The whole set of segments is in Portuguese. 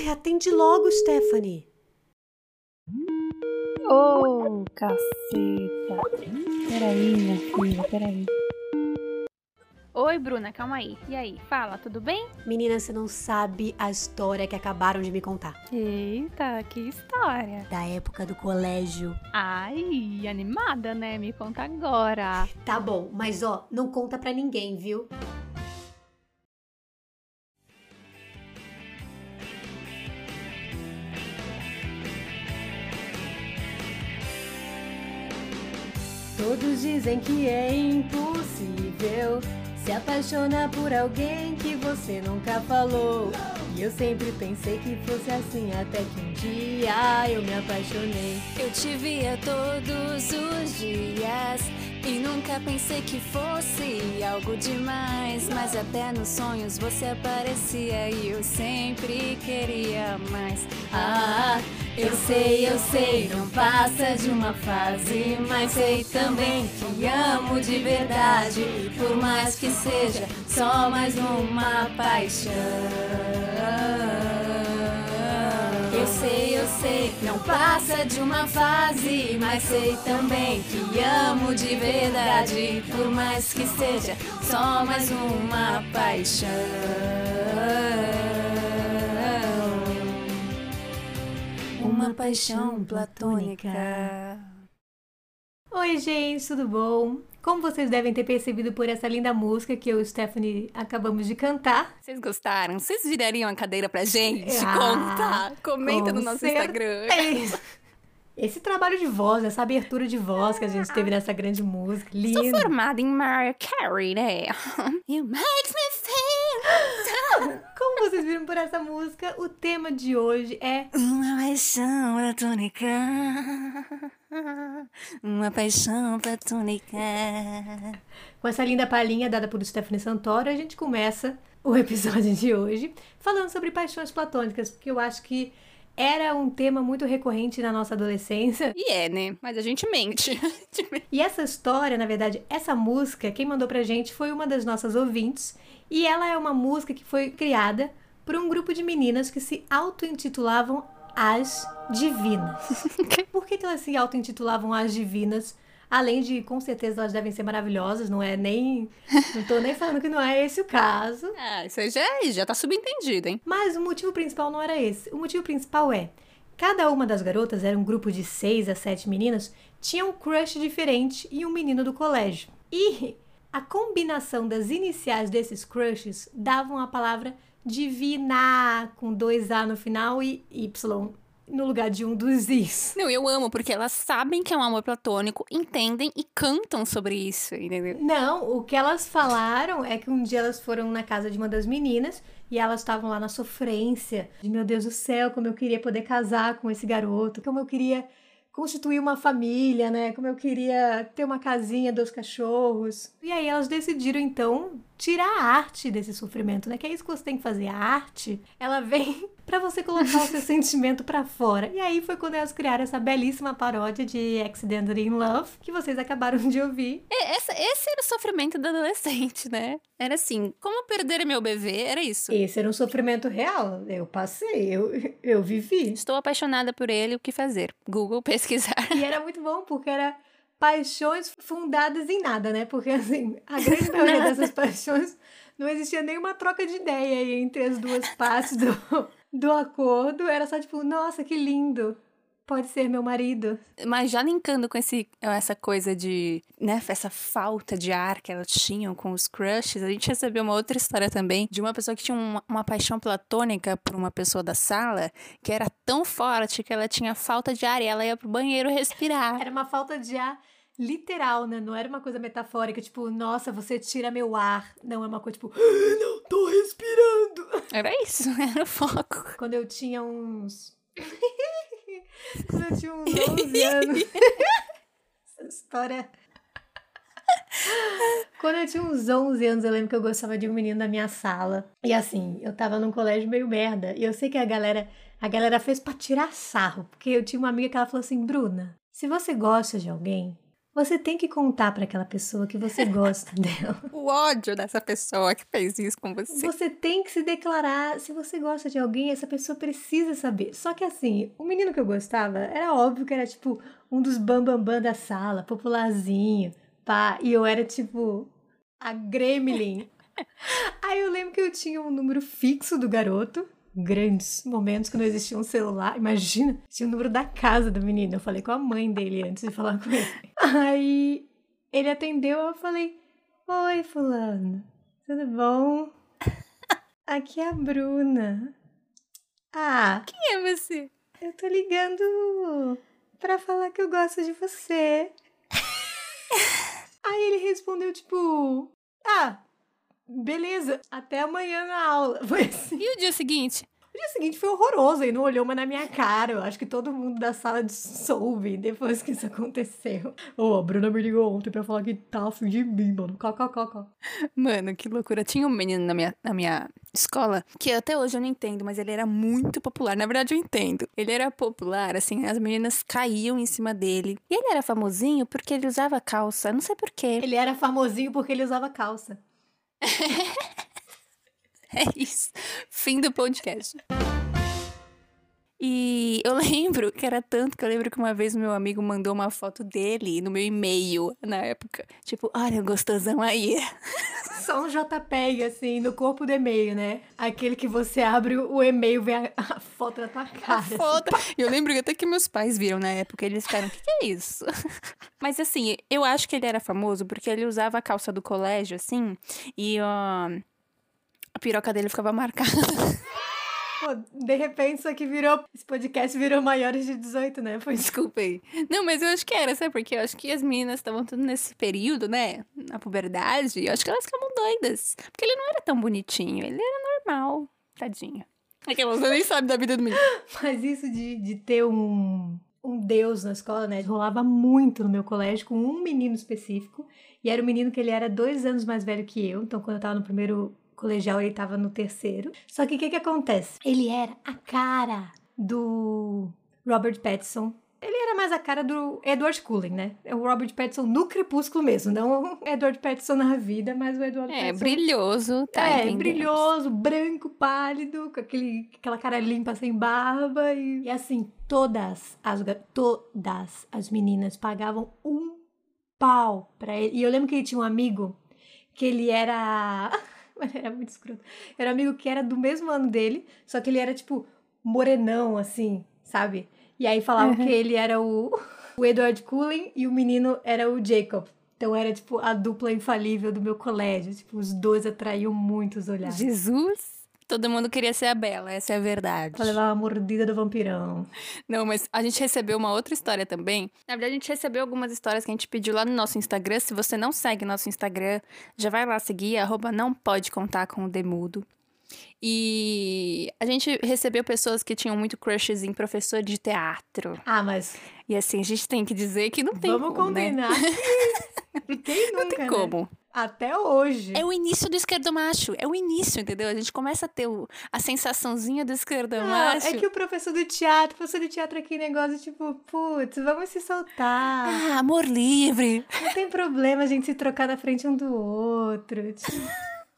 Ai, atende logo, Stephanie. Ô, caceta. Peraí, minha filha, peraí. Oi, Bruna, calma aí. E aí, fala, tudo bem? Menina, você não sabe a história que acabaram de me contar. Eita, que história. Da época do colégio. Ai, animada, né? Me conta agora. Tá bom, mas ó, não conta pra ninguém, viu? Todos dizem que é impossível se apaixonar por alguém que você nunca falou. E eu sempre pensei que fosse assim, até que um dia eu me apaixonei. Eu te via todos os dias e nunca pensei que fosse algo demais. Mas até nos sonhos você aparecia e eu sempre queria mais. Eu sei, não passa de uma fase, mas sei também que amo de verdade, por mais que seja só mais uma paixão. Eu sei, não passa de uma fase, mas sei também que amo de verdade, por mais que seja só mais uma paixão. Uma paixão platônica. Oi, gente, tudo bom? Como vocês devem ter percebido por essa linda música que eu e Stephanie acabamos de cantar. Vocês gostaram? Vocês virariam a cadeira pra gente? Ah, Comenta no nosso Instagram. Esse trabalho de voz, essa abertura de voz que a gente teve nessa grande música, lindo. Sou formada em Mariah Carey, né? You make me feel. Como vocês viram por essa música, o tema de hoje é Uma paixão platônica. Uma paixão platônica. Com essa linda palhinha dada por Stephanie Santoro, a gente começa o episódio de hoje falando sobre paixões platônicas, porque eu acho que era um tema muito recorrente na nossa adolescência. E é, né? Mas a gente mente. E essa história, na verdade, essa música, quem mandou pra gente foi uma das nossas ouvintes, e ela é uma música que foi criada por um grupo de meninas que se auto-intitulavam As Divinas. Por que elas se auto-intitulavam As Divinas? Além de, com certeza, elas devem ser maravilhosas, não tô nem falando que não é esse o caso. Isso aí já tá subentendido, hein? Mas o motivo principal não era esse. O motivo principal é, cada uma das garotas, era um grupo de 6 a 7 meninas, tinha um crush diferente em um menino do colégio. E a combinação das iniciais desses crushes davam a palavra divina, com 2 A no final e Y no lugar de um dos Is. Não, eu amo, porque elas sabem que é um amor platônico, entendem e cantam sobre isso, entendeu? Não, o que elas falaram é que um dia elas foram na casa de uma das meninas e elas estavam lá na sofrência de, meu Deus do céu, como eu queria poder casar com esse garoto, como eu queria constituir uma família, né? Como eu queria ter uma casinha, 2 cachorros. E aí elas decidiram, então, tirar a arte desse sofrimento, né? Que é isso que você tem que fazer. A arte, ela vem pra você colocar o seu sentimento pra fora. E aí foi quando elas criaram essa belíssima paródia de Accidentally in Love, que vocês acabaram de ouvir. Esse era o sofrimento do adolescente, né? Era assim, como perder meu bebê, era isso. Esse era um sofrimento real. Eu passei, eu vivi. Estou apaixonada por ele, o que fazer? Google pesquisar. E era muito bom, porque era paixões fundadas em nada, né? Porque, assim, a grande maioria dessas paixões não existia nenhuma troca de ideia aí entre as duas partes do acordo. Era só tipo, nossa, que lindo. Pode ser meu marido. Mas já linkando com essa coisa de, né, essa falta de ar que elas tinham com os crushes, a gente recebeu uma outra história também de uma pessoa que tinha uma paixão platônica por uma pessoa da sala que era tão forte que ela tinha falta de ar e ela ia pro banheiro respirar. Era uma falta de ar literal, né? Não era uma coisa metafórica, tipo, nossa, você tira meu ar. Não, é uma coisa tipo, não tô respirando. Era isso, era o foco. Quando eu tinha uns 11 anos. Essa história. Quando eu tinha uns 11 anos, eu lembro que eu gostava de um menino da minha sala. E assim, eu tava num colégio meio merda. E eu sei que a galera fez pra tirar sarro. Porque eu tinha uma amiga que ela falou assim, Bruna, se você gosta de alguém, Você tem que contar pra aquela pessoa que você gosta dela. O ódio dessa pessoa que fez isso com você. Você tem que se declarar. Se você gosta de alguém, essa pessoa precisa saber. Só que assim, o menino que eu gostava, era óbvio que era tipo um dos bambambam da sala, popularzinho, pá. E eu era tipo a gremlin. Aí eu lembro que eu tinha um número fixo do garoto. Grandes momentos que não existia um celular. Imagina, tinha o número da casa do menino. Eu falei com a mãe dele antes de falar com ele. Aí ele atendeu, eu falei: oi, fulano, tudo bom? Aqui é a Bruna. Ah, Quem é você? eu tô ligando pra falar que eu gosto de você. Aí ele respondeu tipo: ah, beleza, até amanhã na aula. Foi assim. E o dia seguinte? O dia seguinte foi horroroso, ele não olhou mais na minha cara. Eu acho que todo mundo da sala soube depois que isso aconteceu. A Bruna me ligou ontem pra falar que tá afim de mim, mano. KKKK. Mano, que loucura. Tinha um menino na minha escola que até hoje eu não entendo, mas ele era muito popular. Na verdade, eu entendo. Ele era popular, assim, as meninas caíam em cima dele. E ele era famosinho porque ele usava calça. Não sei porquê. Ele era famosinho porque ele usava calça. É isso. Fim do podcast. E eu lembro que era tanto que eu lembro que uma vez meu amigo mandou uma foto dele no meu e-mail na época. Tipo, olha o gostosão aí. Só um JPEG, assim, no corpo do e-mail, né? Aquele que você abre o e-mail, vê a foto da tua cara. A foto. E eu lembro que até que meus pais viram na época. Eles ficaram, o que é isso? Mas assim, eu acho que ele era famoso porque ele usava a calça do colégio, assim. E a piroca dele ficava marcada. Pô, de repente isso aqui virou... Esse podcast virou maiores de 18, né? Foi Desculpa aí. Não, mas eu acho que era, sabe? Porque eu acho que as meninas estavam tudo nesse período, né? Na puberdade. Eu acho que elas ficavam doidas. Porque ele não era tão bonitinho. Ele era normal. Tadinho. Aquelas nem sabem da vida do menino. Mas isso de ter um deus na escola, né? Rolava muito no meu colégio com um menino específico. E era um menino que ele era 2 anos mais velho que eu. Então, quando eu tava no primeiro colegial, ele tava no terceiro. Só que o que acontece? Ele era a cara do Robert Pattinson. Ele era mais a cara do Edward Cullen, né? É o Robert Pattinson no Crepúsculo mesmo. Não o Edward Pattinson na vida, mas o Edward Pattinson... Brilhoso, tá? Entendemos. Brilhoso, branco, pálido, com aquela cara limpa, sem barba. E assim, todas as meninas pagavam um pau pra ele. E eu lembro que ele tinha um amigo que ele era... Mas era muito escroto. Era um amigo que era do mesmo ano dele, só que ele era, tipo, morenão, assim, sabe? E aí falavam que ele era o Edward Cullen e o menino era o Jacob. Então era, tipo, a dupla infalível do meu colégio. Tipo, os dois atraíam muitos olhares. Jesus! Todo mundo queria ser a Bela, essa é a verdade. Pra levar a mordida do vampirão. Não, mas a gente recebeu uma outra história também. Na verdade, a gente recebeu algumas histórias que a gente pediu lá no nosso Instagram. Se você não segue nosso Instagram, já vai lá seguir, @nãopodecontarcomdemudo. E a gente recebeu pessoas que tinham muito crushes em professor de teatro. Ah, mas... E assim, a gente tem que dizer que não tem Vamos como, combinar que quem nunca, Não tem como. Né? Até hoje. É o início do esquerdomacho. É o início, entendeu? A gente começa a ter a sensaçãozinha do esquerdomacho. É que o professor de teatro aqui, negócio tipo, putz, vamos se soltar. Ah, amor livre. Não tem problema a gente se trocar na frente um do outro. Tipo...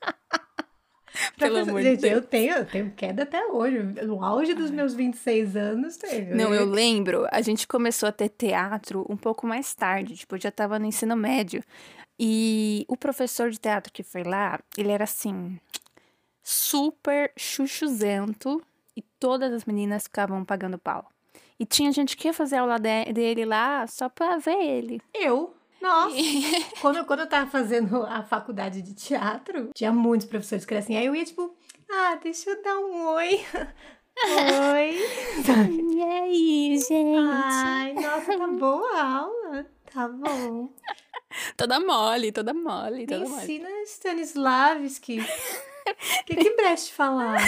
Pelo amor de Deus. Eu tenho queda até hoje. No auge dos meus 26 anos, tenho. Não, eu lembro. A gente começou a ter teatro um pouco mais tarde. Tipo, eu já tava no ensino médio. E o professor de teatro que foi lá, ele era assim, super chuchuzento. E todas as meninas ficavam pagando pau. E tinha gente que ia fazer aula dele lá só pra ver ele. Nossa, quando eu tava fazendo a faculdade de teatro, tinha muitos professores que eram assim, aí eu ia tipo, deixa eu dar um oi. Oi. E aí, gente? Ai, nossa, tá boa a aula. Tá bom. Toda mole. Me ensina Stanislavski. O que Brecht falava?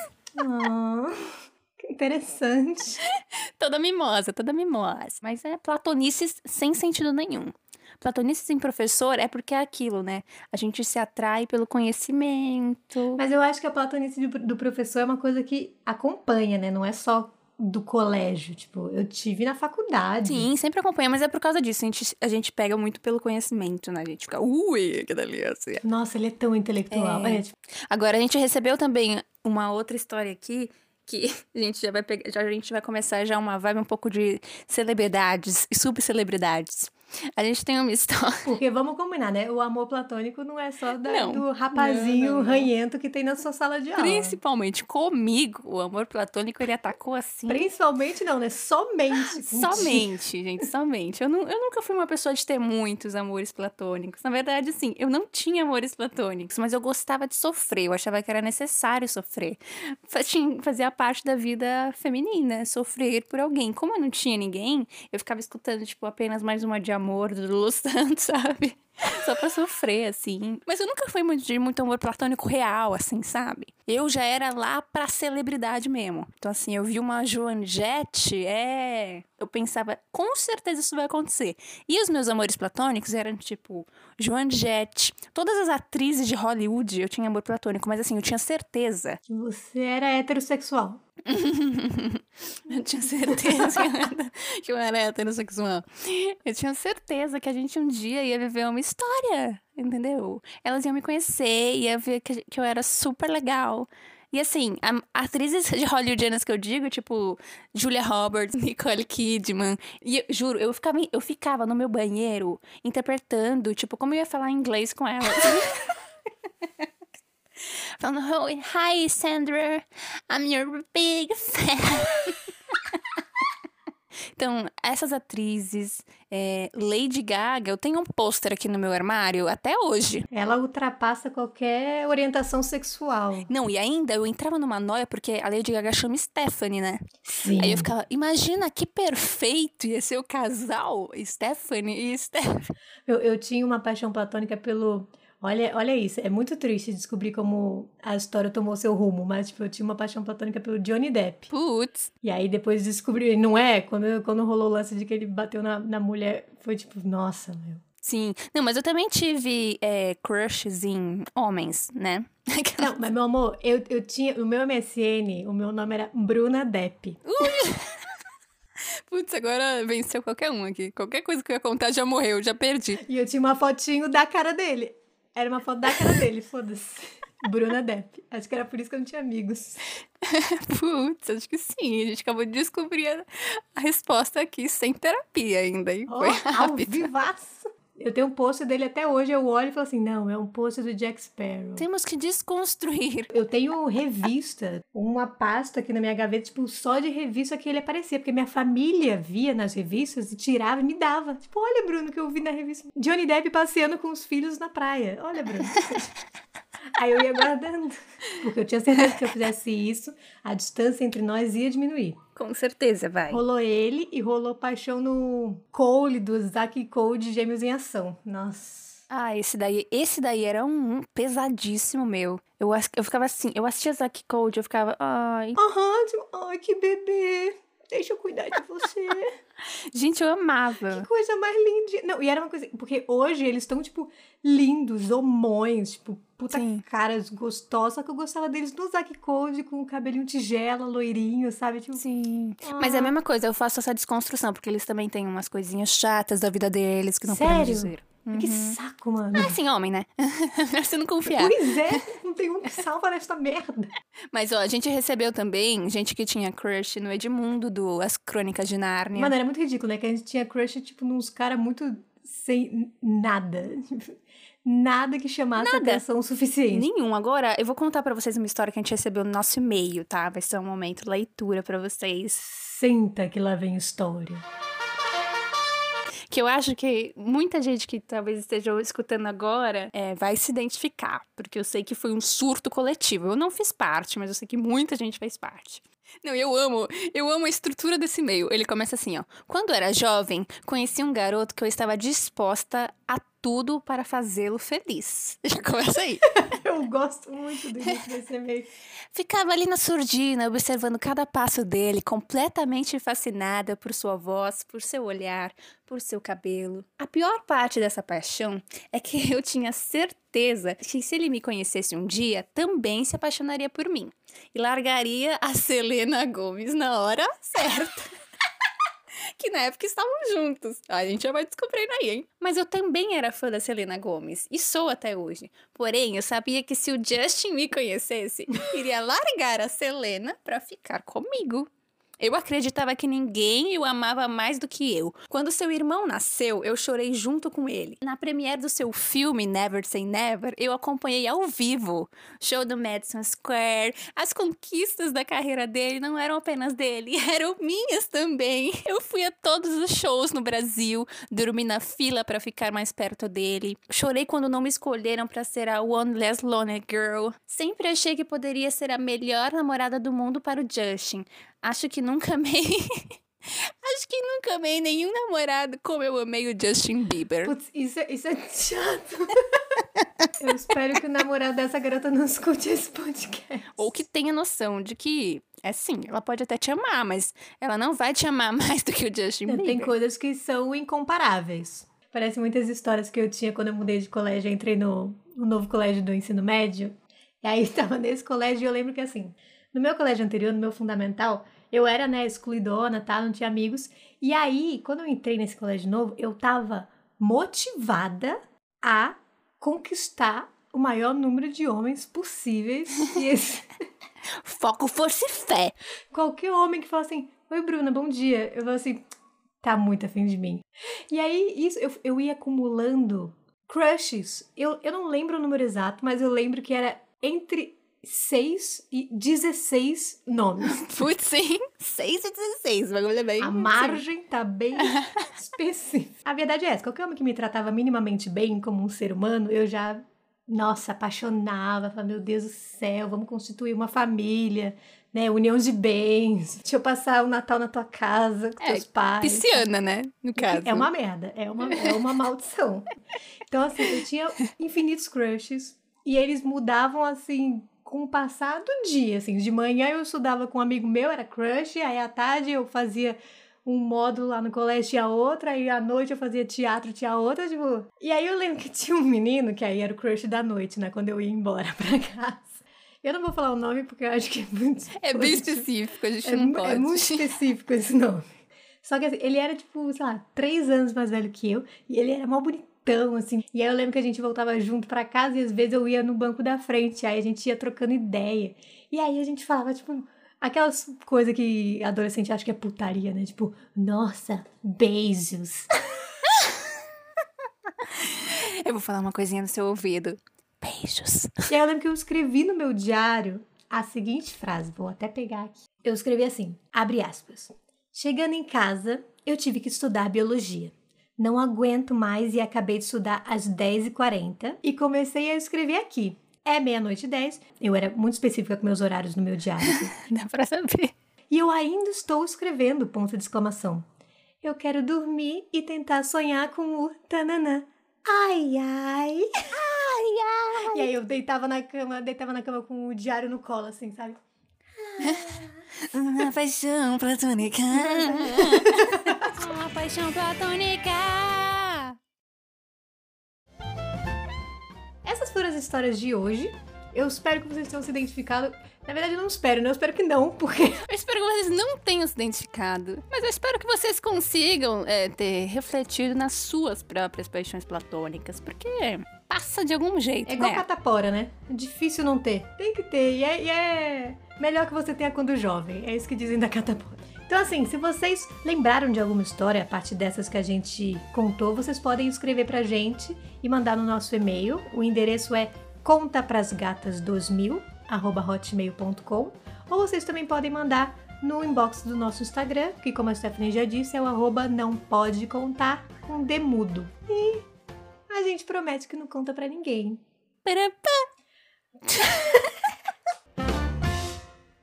Que interessante. Toda mimosa. Mas é platonices sem sentido nenhum. Platonices em professor é porque é aquilo, né? A gente se atrai pelo conhecimento. Mas eu acho que a platonice do professor é uma coisa que acompanha, né? Não é só do colégio, tipo, eu tive na faculdade. Sim, sempre acompanha, mas é por causa disso. A gente pega muito pelo conhecimento, né? A gente fica, que delícia. Nossa, ele é tão intelectual. Agora, a gente recebeu também uma outra história aqui, que a gente já vai pegar, a gente vai começar já uma vibe um pouco de celebridades e subcelebridades. A gente tem uma história. Porque vamos combinar, né? O amor platônico não é só Não. do rapazinho Não. ranhento que tem na sua sala de aula. Principalmente comigo, o amor platônico, ele atacou assim. Principalmente não, né? Somente. Somente, gente, somente. Eu nunca fui uma pessoa de ter muitos amores platônicos. Na verdade, assim, eu não tinha amores platônicos, mas eu gostava de sofrer. Eu achava que era necessário sofrer. Fazia parte da vida feminina, sofrer por alguém. Como eu não tinha ninguém, eu ficava escutando, tipo, apenas mais uma de amor do Lulu Santos, sabe? Só pra sofrer, assim. Mas eu nunca fui de muito amor platônico real, assim, sabe? Eu já era lá pra celebridade mesmo. Então, assim, eu vi uma Joan Jett, eu pensava, com certeza isso vai acontecer. E os meus amores platônicos eram, tipo, Joan Jett. Todas as atrizes de Hollywood eu tinha amor platônico, mas, assim, eu tinha certeza. Que você era heterossexual. Eu tinha certeza que eu era heterossexual. Eu tinha certeza que a gente um dia ia viver uma história, entendeu? Elas iam me conhecer, ia ver que eu era super legal. E assim, atrizes de hollywoodianas que eu digo, tipo Julia Roberts, Nicole Kidman. E juro, eu ficava no meu banheiro interpretando, tipo, como eu ia falar inglês com elas. Falando, oh, hi Sandra, I'm your big fan. Então, essas atrizes, Lady Gaga, eu tenho um pôster aqui no meu armário até hoje. Ela ultrapassa qualquer orientação sexual. Não, e ainda eu entrava numa noia porque a Lady Gaga chama Stephanie, né? Sim. Aí eu ficava, imagina que perfeito ia ser o casal Stephanie e Stephanie. Eu tinha uma paixão platônica pelo... Olha isso, é muito triste descobrir como a história tomou seu rumo, mas tipo, eu tinha uma paixão platônica pelo Johnny Depp. Putz. E aí depois descobri, não é? Quando rolou o lance de que ele bateu na mulher, foi tipo, nossa, meu. Sim. Não, mas eu também tive crushes em homens, né? Não, mas meu amor, eu tinha, o meu MSN, o meu nome era Bruna Depp. Putz, agora venceu qualquer um aqui. Qualquer coisa que eu ia contar já morreu, já perdi. E eu tinha uma fotinho da cara dele. Era uma foto da cara dele, foda-se. Bruna Depp. Acho que era por isso que eu não tinha amigos. Putz, acho que sim. A gente acabou de descobrir a resposta aqui sem terapia ainda. E foi rápido. Ao vivaço. Eu tenho um pôster dele até hoje, eu olho e falo assim, não, é um pôster do Jack Sparrow. Temos que desconstruir. Eu tenho revista, uma pasta aqui na minha gaveta, tipo, só de revista que ele aparecia, porque minha família via nas revistas e tirava e me dava. Tipo, olha, Bruno, que eu vi na revista. Johnny Depp passeando com os filhos na praia. Olha, Bruno. Aí eu ia guardando, porque eu tinha certeza que se eu fizesse isso, a distância entre nós ia diminuir. Com certeza, vai. Rolou ele e rolou paixão no Cole, do Zack Code, Gêmeos em Ação. Nossa. Ah, esse daí era um pesadíssimo meu. Eu ficava assim, eu assistia Zack Code, eu ficava, ai... Ai, que bebê. Deixa eu cuidar de você. Gente, eu amava. Que coisa mais linda. Não, e era uma coisa... Porque hoje eles estão, tipo, lindos, homões, tipo, puta Sim. caras gostosos. Só que eu gostava deles no Zack Code, com o cabelinho tigela, loirinho, sabe? Tipo, Sim. Mas é a mesma coisa, eu faço essa desconstrução, porque eles também têm umas coisinhas chatas da vida deles que não podemos dizer. Que saco, mano. Ah, sim, homem, né? Melhor você não confiar. Pois é, não tem um que salva nesta merda. Mas, ó, a gente recebeu também gente que tinha crush no Edmundo, do As Crônicas de Nárnia. Mano, era muito ridículo, né? Que a gente tinha crush, tipo, nos caras muito sem nada. Nada que chamasse atenção o suficiente. Nenhum. Agora, eu vou contar pra vocês uma história que a gente recebeu no nosso e-mail, tá? Vai ser um momento leitura pra vocês. Senta que lá vem história. Que eu acho que muita gente que talvez esteja escutando agora vai se identificar, porque eu sei que foi um surto coletivo. Eu não fiz parte, mas eu sei que muita gente fez parte. Não, eu amo a estrutura desse e-mail. Ele começa assim, ó. Quando era jovem, conheci um garoto que eu estava disposta a tudo para fazê-lo feliz. Já começa aí. Eu gosto muito do início desse e-mail. Ficava ali na surdina, observando cada passo dele, completamente fascinada por sua voz, por seu olhar, por seu cabelo. A pior parte dessa paixão é que eu tinha certeza que se ele me conhecesse um dia, também se apaixonaria por mim. E largaria a Selena Gomez na hora certa. Que na época estavam juntos. A gente já vai descobrindo aí, hein? Mas eu também era fã da Selena Gomez. E sou até hoje. Porém, eu sabia que se o Justin me conhecesse, iria largar a Selena pra ficar comigo. Eu acreditava que ninguém o amava mais do que eu. Quando seu irmão nasceu, eu chorei junto com ele. Na premiere do seu filme Never Say Never, eu acompanhei ao vivo. Show do Madison Square. As conquistas da carreira dele não eram apenas dele, eram minhas também. Eu fui a todos os shows no Brasil, dormi na fila para ficar mais perto dele. Chorei quando não me escolheram para ser a One Less Lonely Girl. Sempre achei que poderia ser a melhor namorada do mundo para o Justin. Acho que nunca amei nenhum namorado como eu amei o Justin Bieber. Putz, isso é chato. Eu espero que o namorado dessa garota não escute esse podcast. Ou que tenha noção de que, sim, ela pode até te amar, mas ela não vai te amar mais do que o Justin Bieber. Tem coisas que são incomparáveis. Parece muitas histórias que eu tinha quando eu mudei de colégio. Eu entrei no novo colégio do ensino médio. E aí estava nesse colégio e eu lembro que assim... No meu colégio anterior, no meu fundamental, eu era, excluidona, tá? Não tinha amigos. E aí, quando eu entrei nesse colégio novo, eu tava motivada a conquistar o maior número de homens possíveis. E esse... Foco, força e fé. Qualquer homem que fala assim, oi, Bruna, bom dia. Eu falo assim, tá muito afim de mim. E aí, isso eu ia acumulando crushes. Eu não lembro o número exato, mas eu lembro que era entre 6 e 16 nomes. Putz, sim. 6 e 16, bagulho é bem... A margem tá bem específica. A verdade é essa, qualquer homem que me tratava minimamente bem como um ser humano, eu já, apaixonava. Falava, meu Deus do céu, vamos constituir uma família, união de bens. Deixa eu passar o Natal na tua casa com teus pais. Pisciana, né, no caso. É uma merda, é uma maldição. Então, assim, eu tinha infinitos crushes e eles mudavam, assim... com o passar do dia, assim, de manhã eu estudava com um amigo meu, era crush, aí à tarde eu fazia um módulo lá no colégio, tinha outra, aí à noite eu fazia teatro, tinha outra, tipo... E aí eu lembro que tinha um menino, que aí era o crush da noite, quando eu ia embora pra casa. Eu não vou falar o nome, porque eu acho que é muito... É bem específico, a gente não pode. É muito específico esse nome. Só que assim, ele era, 3 anos mais velho que eu, e ele era mó bonito. Assim. E aí eu lembro que a gente voltava junto pra casa e às vezes eu ia no banco da frente, aí a gente ia trocando ideia. E aí a gente falava, aquelas coisas que adolescente acha que é putaria, né? Nossa, beijos. Eu vou falar uma coisinha no seu ouvido. Beijos. E aí eu lembro que eu escrevi no meu diário a seguinte frase, vou até pegar aqui. Eu escrevi assim, abre aspas. Chegando em casa, eu tive que estudar biologia. Não aguento mais e acabei de estudar às 10h40 e comecei a escrever aqui. É 00:10. Eu era muito específica com meus horários no meu diário. Dá pra saber. E eu ainda estou escrevendo, ponto de exclamação. Eu quero dormir e tentar sonhar com o tananã. Ai, ai. Ai, ai. E aí eu deitava na cama com o diário no colo, assim, sabe? Uma paixão platônica. Uma paixão platônica. Essas foram as histórias de hoje. Eu espero que vocês tenham se identificado. Na verdade, eu não espero, né? Eu espero que não, porque... Eu espero que vocês não tenham se identificado. Mas eu espero que vocês consigam ter refletido nas suas próprias paixões platônicas. Porque passa de algum jeito, É igual né? catapora, né? É difícil não ter. Tem que ter. E é melhor que você tenha quando jovem. É isso que dizem da catapora. Então, assim, se vocês lembraram de alguma história, a partir dessas que a gente contou, vocês podem escrever pra gente e mandar no nosso e-mail. O endereço é contaprasgatas2000@hotmail.com, ou vocês também podem mandar no inbox do nosso Instagram, que, como a Stephanie já disse, é o @nãopodecontar com demudo. E a gente promete que não conta pra ninguém. Parapá.